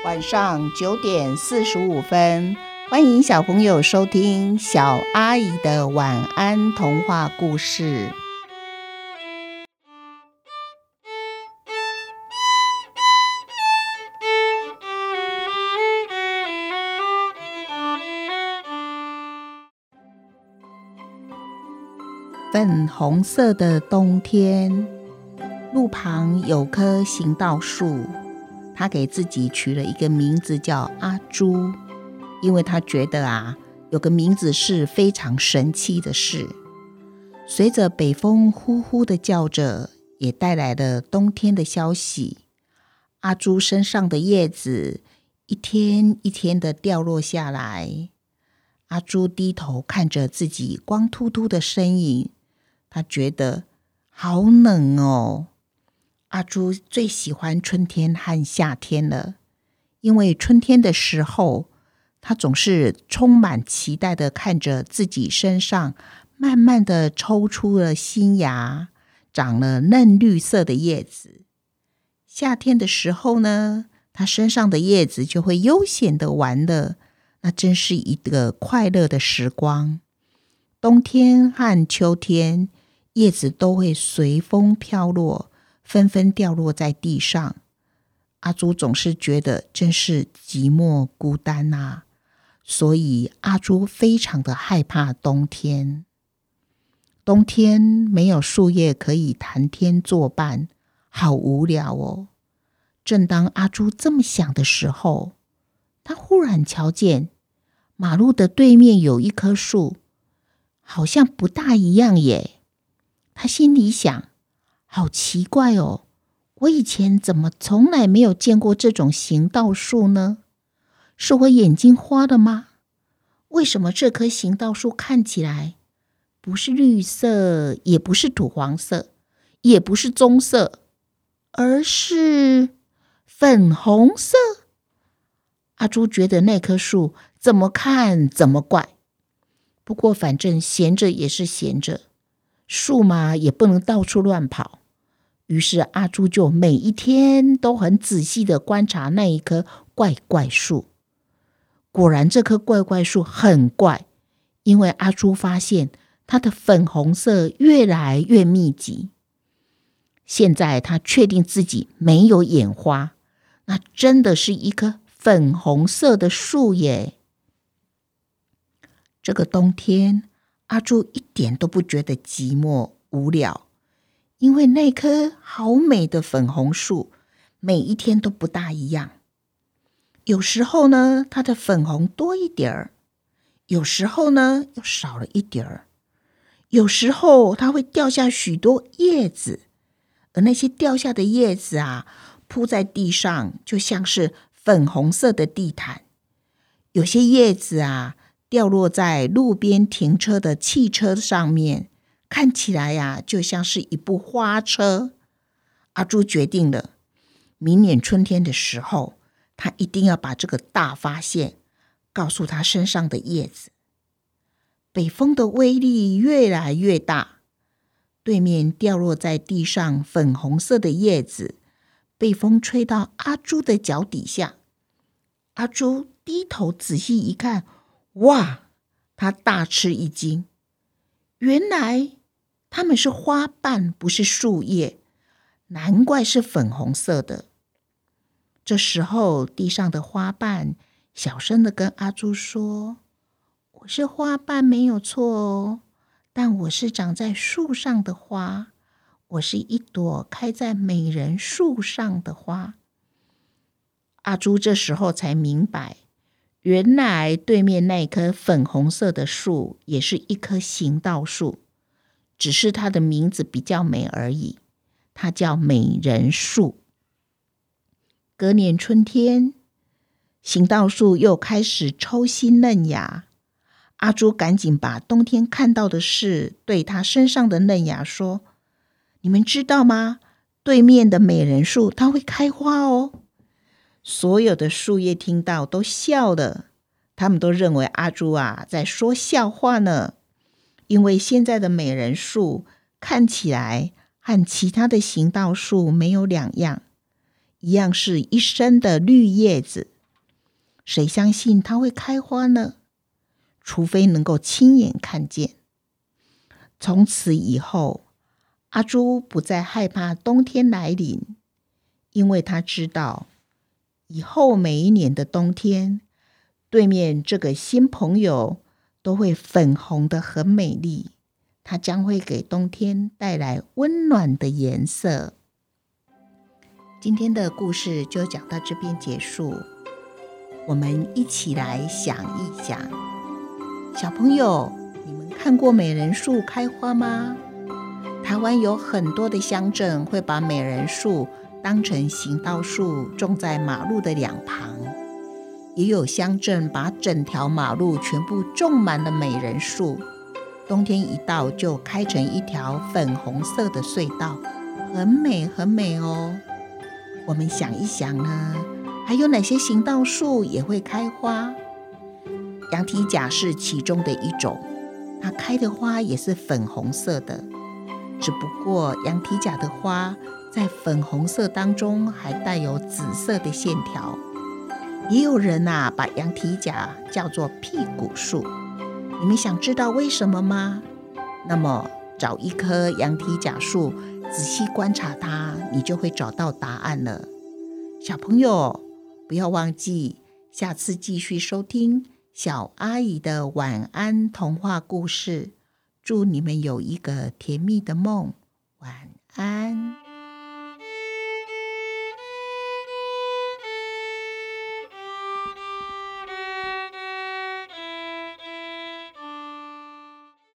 晚上9:45，欢迎小朋友收听小阿姨的晚安童话故事。粉红色的冬天，路旁有棵行道树，他给自己取了一个名字叫阿朱，因为他觉得有个名字是非常神奇的事。随着北风呼呼地叫着，也带来了冬天的消息。阿朱身上的叶子一天一天地掉落下来，阿朱低头看着自己光秃秃的身影，他觉得好冷哦。阿朱最喜欢春天和夏天了，因为春天的时候，他总是充满期待地看着自己身上慢慢地抽出了新芽，长了嫩绿色的叶子。夏天的时候呢，他身上的叶子就会悠闲地玩乐，那真是一个快乐的时光。冬天和秋天，叶子都会随风飘落，纷纷掉落在地上。阿朱总是觉得真是寂寞孤单啊，所以阿朱非常的害怕冬天。冬天没有树叶可以谈天作伴，好无聊哦。正当阿朱这么想的时候，他忽然瞧见马路的对面有一棵树，好像不大一样耶。他心里想，好奇怪哦，我以前怎么从来没有见过这种行道树呢？是我眼睛花了吗？为什么这棵行道树看起来不是绿色，也不是土黄色，也不是棕色，而是粉红色？阿朱觉得那棵树怎么看怎么怪，不过反正闲着也是闲着，树嘛也不能到处乱跑。于是阿朱就每一天都很仔细地观察那一棵怪怪树。果然这棵怪怪树很怪，因为阿朱发现它的粉红色越来越密集。现在他确定自己没有眼花，那真的是一棵粉红色的树耶。这个冬天，阿朱一点都不觉得寂寞无聊，因为那棵好美的粉红树每一天都不大一样。有时候呢，它的粉红多一点儿，有时候呢又少了一点儿，有时候它会掉下许多叶子，而那些掉下的叶子铺在地上，就像是粉红色的地毯。有些叶子掉落在路边停车的汽车上面，看起来就像是一部花车。阿朱决定了，明年春天的时候，他一定要把这个大发现告诉他身上的叶子。北风的威力越来越大，对面掉落在地上粉红色的叶子被风吹到阿朱的脚底下。阿朱低头仔细一看，哇，他大吃一惊，原来它们是花瓣，不是树叶，难怪是粉红色的。这时候地上的花瓣小声地跟阿朱说，我是花瓣没有错哦，但我是长在树上的花，我是一朵开在美人树上的花。阿朱这时候才明白，原来对面那棵粉红色的树也是一棵行道树，只是它的名字比较美而已，它叫美人树。隔年春天，行道树又开始抽新嫩芽。阿朱赶紧把冬天看到的事对他身上的嫩芽说，你们知道吗？对面的美人树它会开花哦。所有的树叶听到都笑了，他们都认为阿朱在说笑话呢。因为现在的美人树看起来和其他的行道树没有两样，一样是一身的绿叶子， 谁相信它会开花呢？除非能够亲眼看见。从此以后，阿朱不再害怕冬天来临，因为他知道以后每一年的冬天，对面这个新朋友都会粉红的很美丽，它将会给冬天带来温暖的颜色。今天的故事就讲到这边结束，我们一起来想一想，小朋友，你们看过美人树开花吗？台湾有很多的乡镇会把美人树当成行道树种在马路的两旁，也有乡镇把整条马路全部种满了美人树，冬天一到就开成一条粉红色的隧道，很美很美哦。我们想一想呢，还有哪些行道树也会开花？羊蹄甲是其中的一种，它开的花也是粉红色的，只不过羊蹄甲的花在粉红色当中还带有紫色的线条。也有人把羊蹄甲叫做屁股树，你们想知道为什么吗？那么找一棵羊蹄甲树，仔细观察它，你就会找到答案了。小朋友，不要忘记下次继续收听小阿姨的晚安童话故事。祝你们有一个甜蜜的梦，晚安。